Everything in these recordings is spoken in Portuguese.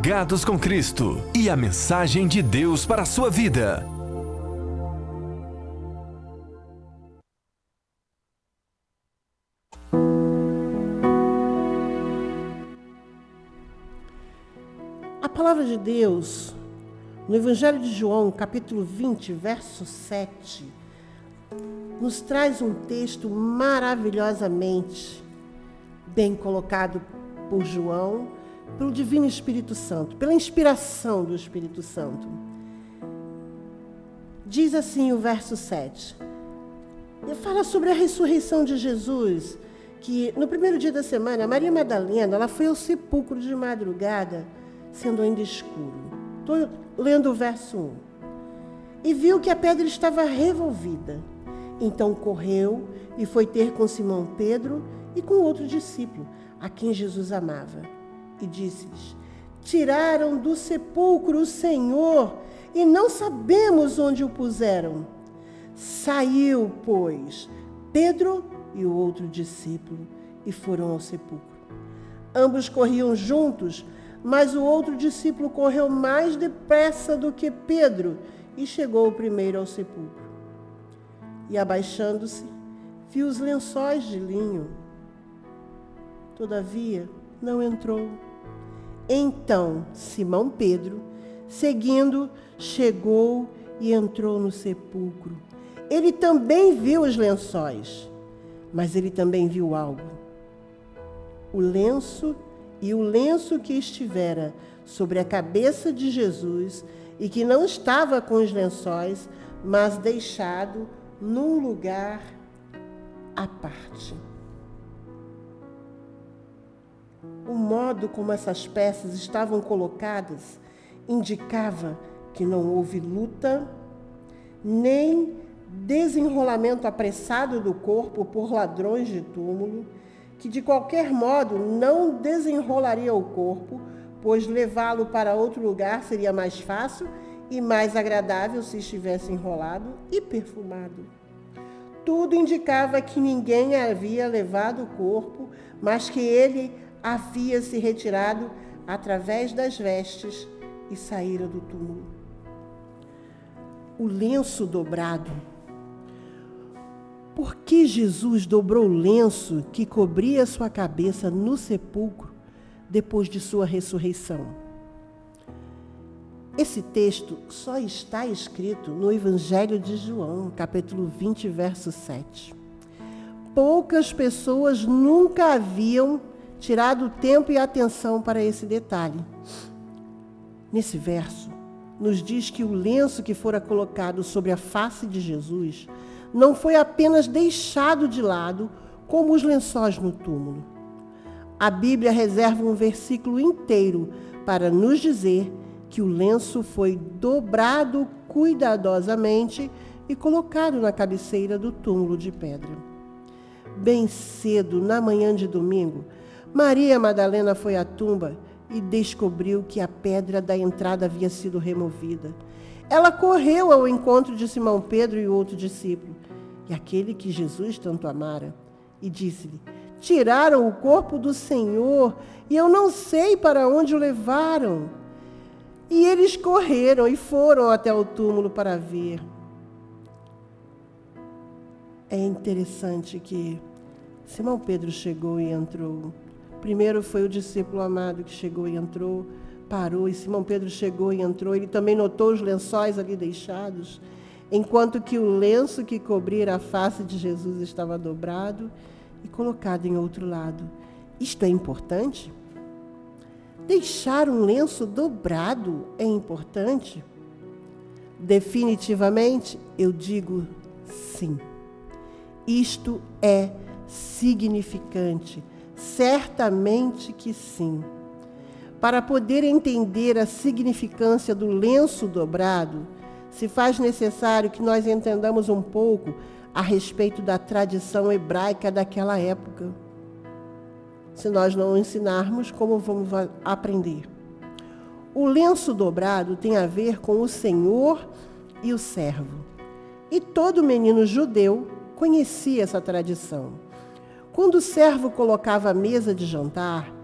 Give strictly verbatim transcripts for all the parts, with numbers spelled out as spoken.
Ligados com Cristo e a mensagem de Deus para a sua vida. A palavra de Deus, no Evangelho de João, capítulo vinte, verso sete, nos traz um texto maravilhosamente bem colocado por João, pelo Divino Espírito Santo, pela inspiração do Espírito Santo. Diz assim o verso sete. Ele fala sobre a ressurreição de Jesus, que no primeiro dia da semana, Maria Madalena, ela foi ao sepulcro de madrugada, sendo ainda escuro. Estou lendo o verso um. E viu que a pedra estava revolvida. Então correu e foi ter com Simão Pedro e com outro discípulo, a quem Jesus amava. E disse-lhes: tiraram do sepulcro o Senhor e não sabemos onde o puseram. Saiu, pois, Pedro e o outro discípulo e foram ao sepulcro. Ambos corriam juntos, mas o outro discípulo correu mais depressa do que Pedro e chegou primeiro ao sepulcro. E abaixando-se, viu os lençóis de linho. Todavia, não entrou. Então, Simão Pedro, seguindo, chegou e entrou no sepulcro. Ele também viu os lençóis, mas ele também viu algo. O lenço e o lenço que estivera sobre a cabeça de Jesus e que não estava com os lençóis, mas deixado num lugar à parte. O modo como essas peças estavam colocadas indicava que não houve luta, nem desenrolamento apressado do corpo por ladrões de túmulo, que de qualquer modo não desenrolaria o corpo, pois levá-lo para outro lugar seria mais fácil e mais agradável se estivesse enrolado e perfumado. Tudo indicava que ninguém havia levado o corpo, mas que ele havia se retirado através das vestes e saíra do túmulo. O lenço dobrado. Por que Jesus dobrou o lenço que cobria sua cabeça no sepulcro depois de sua ressurreição? Esse texto só está escrito no Evangelho de João, capítulo vinte, verso sete. Poucas pessoas nunca haviam tirado tempo e atenção para esse detalhe. Nesse verso, nos diz que o lenço que fora colocado sobre a face de Jesus não foi apenas deixado de lado, como os lençóis no túmulo. A Bíblia reserva um versículo inteiro para nos dizer que o lenço foi dobrado cuidadosamente e colocado na cabeceira do túmulo de pedra. Bem cedo, na manhã de domingo, Maria Madalena foi à tumba e descobriu que a pedra da entrada havia sido removida. Ela correu ao encontro de Simão Pedro e o outro discípulo, e aquele que Jesus tanto amara, e disse-lhe: tiraram o corpo do Senhor e eu não sei para onde o levaram. E eles correram e foram até o túmulo para ver. É interessante que Simão Pedro chegou e entrou. Primeiro foi o discípulo amado que chegou e entrou, parou, e Simão Pedro chegou e entrou. Ele também notou os lençóis ali deixados, enquanto que o lenço que cobria a face de Jesus estava dobrado e colocado em outro lado. Isto é importante? Deixar um lenço dobrado é importante? Definitivamente, eu digo sim. Isto é significante. Certamente que sim. Para poder entender a significância do lenço dobrado, se faz necessário que nós entendamos um pouco a respeito da tradição hebraica daquela época. Se nós não ensinarmos, como vamos aprender? O lenço dobrado tem a ver com o Senhor e o servo. E todo menino judeu conhecia essa tradição. Quando o servo colocava a mesa de jantar,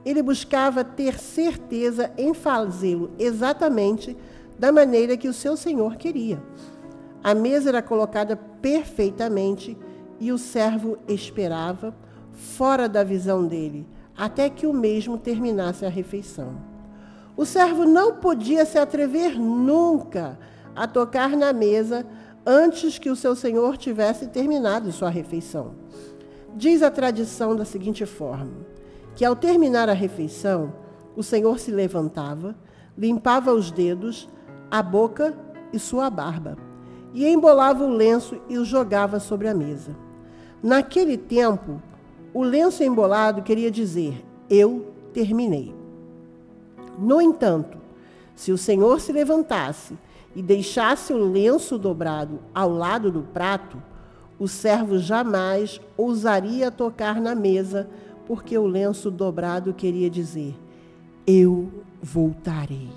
ele buscava ter certeza em fazê-lo exatamente da maneira que o seu senhor queria. A mesa era colocada perfeitamente e o servo esperava, fora da visão dele, até que o mesmo terminasse a refeição. O servo não podia se atrever nunca a tocar na mesa antes que o seu senhor tivesse terminado sua refeição. Diz a tradição da seguinte forma, que ao terminar a refeição, o senhor se levantava, limpava os dedos, a boca e sua barba, e embolava o lenço e o jogava sobre a mesa. Naquele tempo, o lenço embolado queria dizer, eu terminei. No entanto, se o senhor se levantasse e deixasse o lenço dobrado ao lado do prato, o servo jamais ousaria tocar na mesa, porque o lenço dobrado queria dizer, eu voltarei.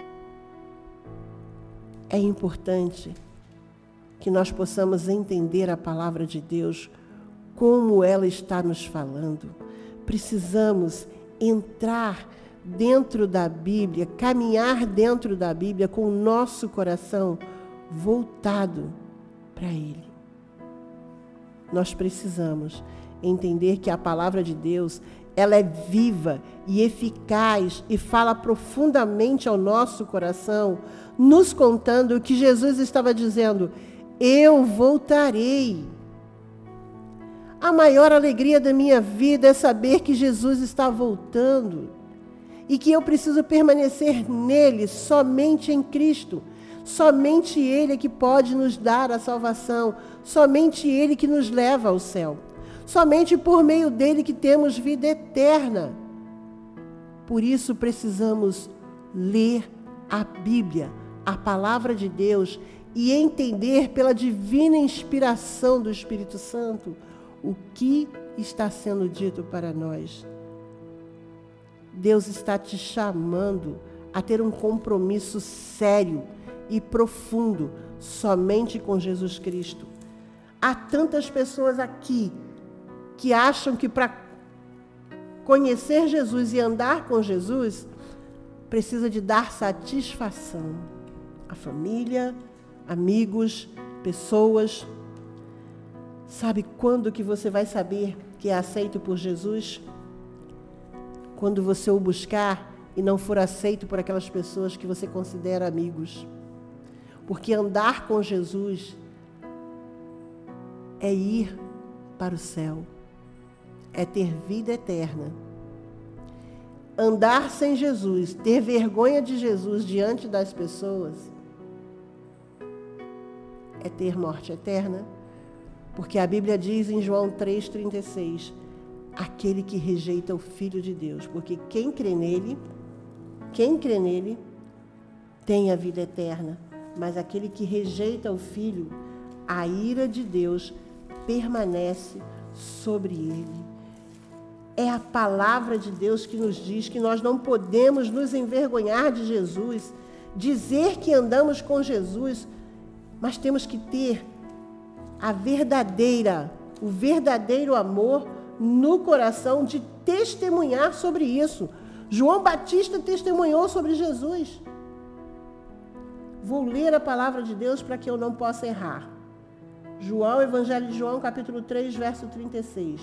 É importante que nós possamos entender a palavra de Deus, como ela está nos falando. Precisamos entrar dentro da Bíblia, caminhar dentro da Bíblia com o nosso coração voltado para Ele. Nós precisamos entender que a palavra de Deus, ela é viva e eficaz e fala profundamente ao nosso coração, nos contando o que Jesus estava dizendo, eu voltarei. A maior alegria da minha vida é saber que Jesus está voltando e que eu preciso permanecer nele, somente em Cristo. Somente Ele é que pode nos dar a salvação, somente Ele que nos leva ao céu. Somente por meio dele que temos vida eterna. Por isso precisamos ler a Bíblia, a palavra de Deus, e entender pela divina inspiração do Espírito Santo o que está sendo dito para nós. Deus está te chamando a ter um compromisso sério e profundo somente com Jesus Cristo. Há tantas pessoas aqui que acham que para conhecer Jesus e andar com Jesus, precisa de dar satisfação à família, amigos, pessoas. Sabe quando que você vai saber que é aceito por Jesus? Quando você o buscar e não for aceito por aquelas pessoas que você considera amigos. Porque andar com Jesus é ir para o céu, é ter vida eterna. Andar sem Jesus, ter vergonha de Jesus diante das pessoas, é ter morte eterna. Porque a Bíblia diz em João três, trinta e seis, aquele que rejeita o Filho de Deus, porque quem crê nele, quem crê nele, tem a vida eterna, mas aquele que rejeita o Filho, a ira de Deus permanece sobre ele. É a palavra de Deus que nos diz que nós não podemos nos envergonhar de Jesus, dizer que andamos com Jesus, mas temos que ter a verdadeira, o verdadeiro amor no coração de testemunhar sobre isso. João Batista testemunhou sobre Jesus. Vou ler a palavra de Deus para que eu não possa errar. João, Evangelho de João, capítulo três, verso trinta e seis.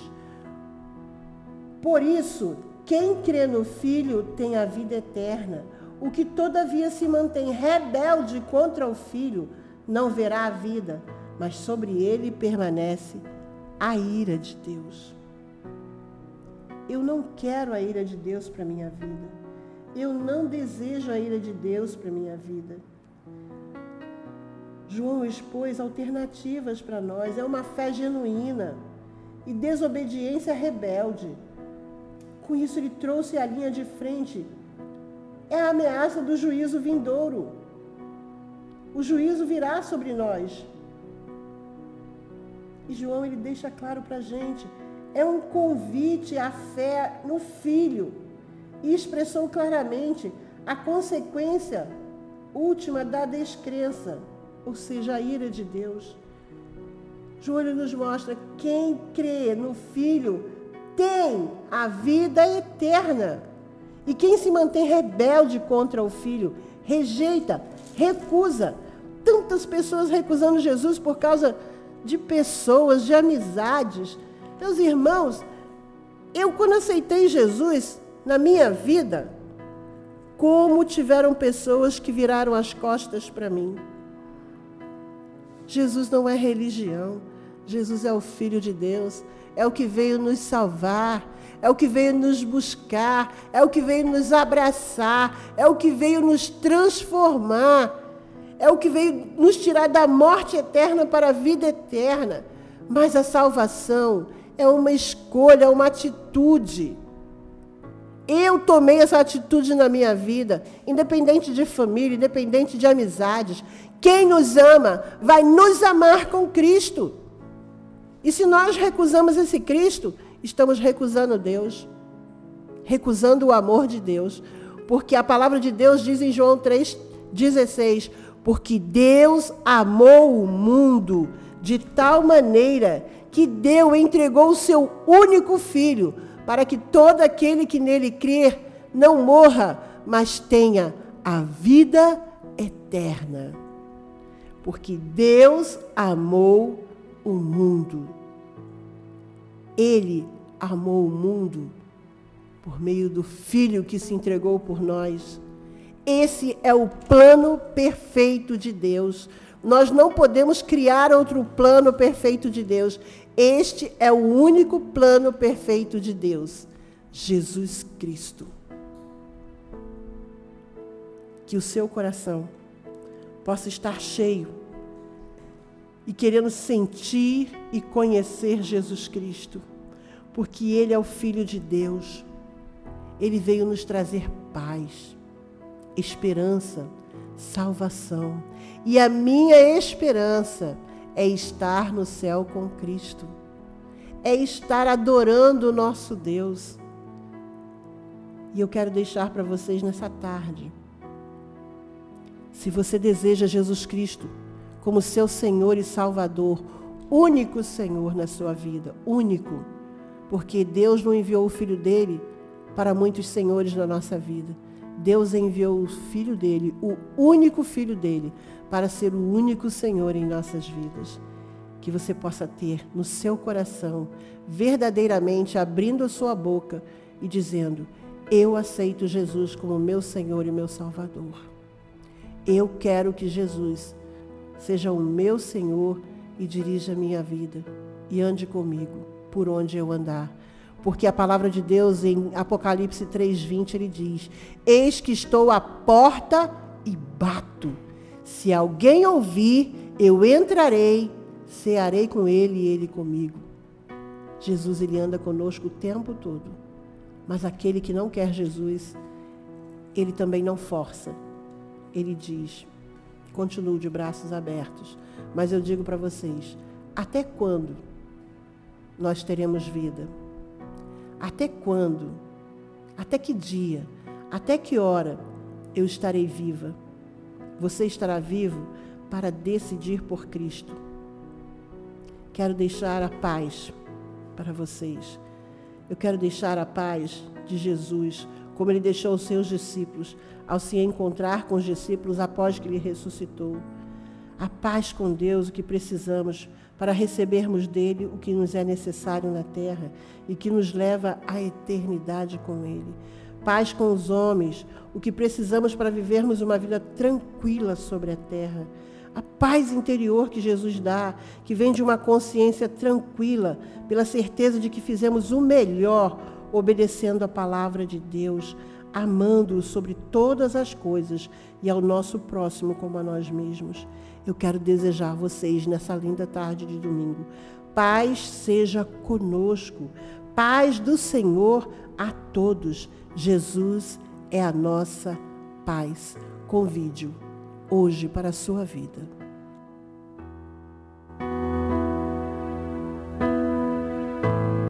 Por isso, quem crê no Filho tem a vida eterna. O que todavia se mantém rebelde contra o Filho não verá a vida, mas sobre ele permanece a ira de Deus. Eu não quero a ira de Deus para a minha vida. Eu não desejo a ira de Deus para a minha vida. João expôs alternativas para nós. É uma fé genuína e desobediência rebelde. Com isso ele trouxe a linha de frente. É a ameaça do juízo vindouro. O juízo virá sobre nós. E João, ele deixa claro para a gente, é um convite à fé no Filho. E expressou claramente a consequência última da descrença, ou seja, a ira de Deus. João, ele nos mostra, quem crê no Filho tem a vida eterna. E quem se mantém rebelde contra o Filho, rejeita, recusa. Tantas pessoas recusando Jesus por causa de pessoas, de amizades. Meus irmãos, eu quando aceitei Jesus na minha vida, como tiveram pessoas que viraram as costas para mim. Jesus não é religião, Jesus é o Filho de Deus, é o que veio nos salvar, é o que veio nos buscar, é o que veio nos abraçar, é o que veio nos transformar, é o que veio nos tirar da morte eterna para a vida eterna. Mas a salvação é uma escolha, é uma atitude. Eu tomei essa atitude na minha vida, independente de família, independente de amizades. Quem nos ama vai nos amar com Cristo. E se nós recusamos esse Cristo, estamos recusando Deus, recusando o amor de Deus. Porque a palavra de Deus diz em João três, dezesseis, porque Deus amou o mundo de tal maneira que deu, entregou o seu único Filho, para que todo aquele que nele crer não morra, mas tenha a vida eterna. Porque Deus amou o mundo. Ele amou o mundo por meio do Filho que se entregou por nós. Esse é o plano perfeito de Deus. Nós não podemos criar outro plano perfeito de Deus. Este é o único plano perfeito de Deus, Jesus Cristo. Que o seu coração possa estar cheio e querendo sentir e conhecer Jesus Cristo, porque Ele é o Filho de Deus. Ele veio nos trazer paz, esperança, salvação. E a minha esperança é estar no céu com Cristo. É estar adorando o nosso Deus. E eu quero deixar para vocês nessa tarde. Se você deseja Jesus Cristo como seu Senhor e Salvador, único Senhor na sua vida, único, porque Deus não enviou o Filho dele para muitos senhores na nossa vida. Deus enviou o Filho dele, o único Filho dele, para ser o único Senhor em nossas vidas. Que você possa ter no seu coração, verdadeiramente abrindo a sua boca e dizendo: eu aceito Jesus como meu Senhor e meu Salvador. Eu quero que Jesus seja o meu Senhor e dirija a minha vida e ande comigo por onde eu andar. Porque a palavra de Deus em Apocalipse três, vinte, ele diz: eis que estou à porta e bato. Se alguém ouvir, eu entrarei, cearei com ele e ele comigo. Jesus, ele anda conosco o tempo todo. Mas aquele que não quer Jesus, ele também não força. Ele diz: continuo de braços abertos. Mas eu digo para vocês, até quando nós teremos vida? Até quando? Até que dia? Até que hora eu estarei viva? Você estará vivo para decidir por Cristo. Quero deixar a paz para vocês. Eu quero deixar a paz de Jesus, como ele deixou os seus discípulos, ao se encontrar com os discípulos após que ele ressuscitou. A paz com Deus, o que precisamos para recebermos dele o que nos é necessário na terra e que nos leva à eternidade com ele. Paz com os homens, o que precisamos para vivermos uma vida tranquila sobre a terra. A paz interior que Jesus dá, que vem de uma consciência tranquila, pela certeza de que fizemos o melhor, obedecendo a palavra de Deus, amando-o sobre todas as coisas e ao nosso próximo como a nós mesmos. Eu quero desejar a vocês, nessa linda tarde de domingo, paz seja conosco, paz do Senhor a todos. Jesus é a nossa paz. Convide-o hoje para a sua vida.